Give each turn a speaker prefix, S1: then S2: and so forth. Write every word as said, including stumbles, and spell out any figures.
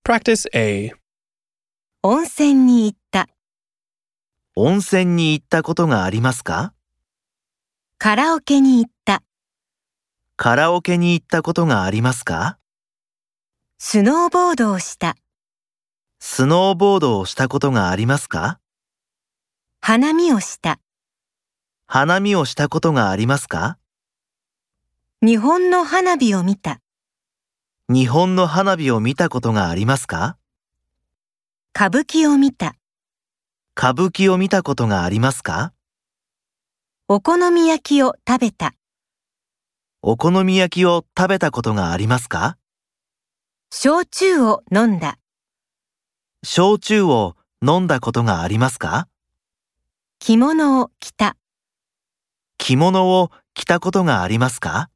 S1: Practice A.
S2: 温泉に行った。
S3: 温泉に行ったことがありますか？
S2: カラオケに行った。
S3: カラオケに行ったことがありますか？
S2: スノーボードをした。
S3: スノーボードをしたことがありますか？
S2: 花見をした。
S3: 花見をしたことがありますか？
S2: 日本の花火を見た。
S3: 日本の花火を見たことがありますか？
S2: 歌舞伎を見た。
S3: 歌舞伎を見たことがありますか？
S2: お好み焼きを食べた。
S3: お好み焼きを食べたことがありますか？
S2: 焼酎を飲んだ。
S3: 焼酎を飲んだことがありますか？
S2: 着物を着た。
S3: 着物を着たことがありますか？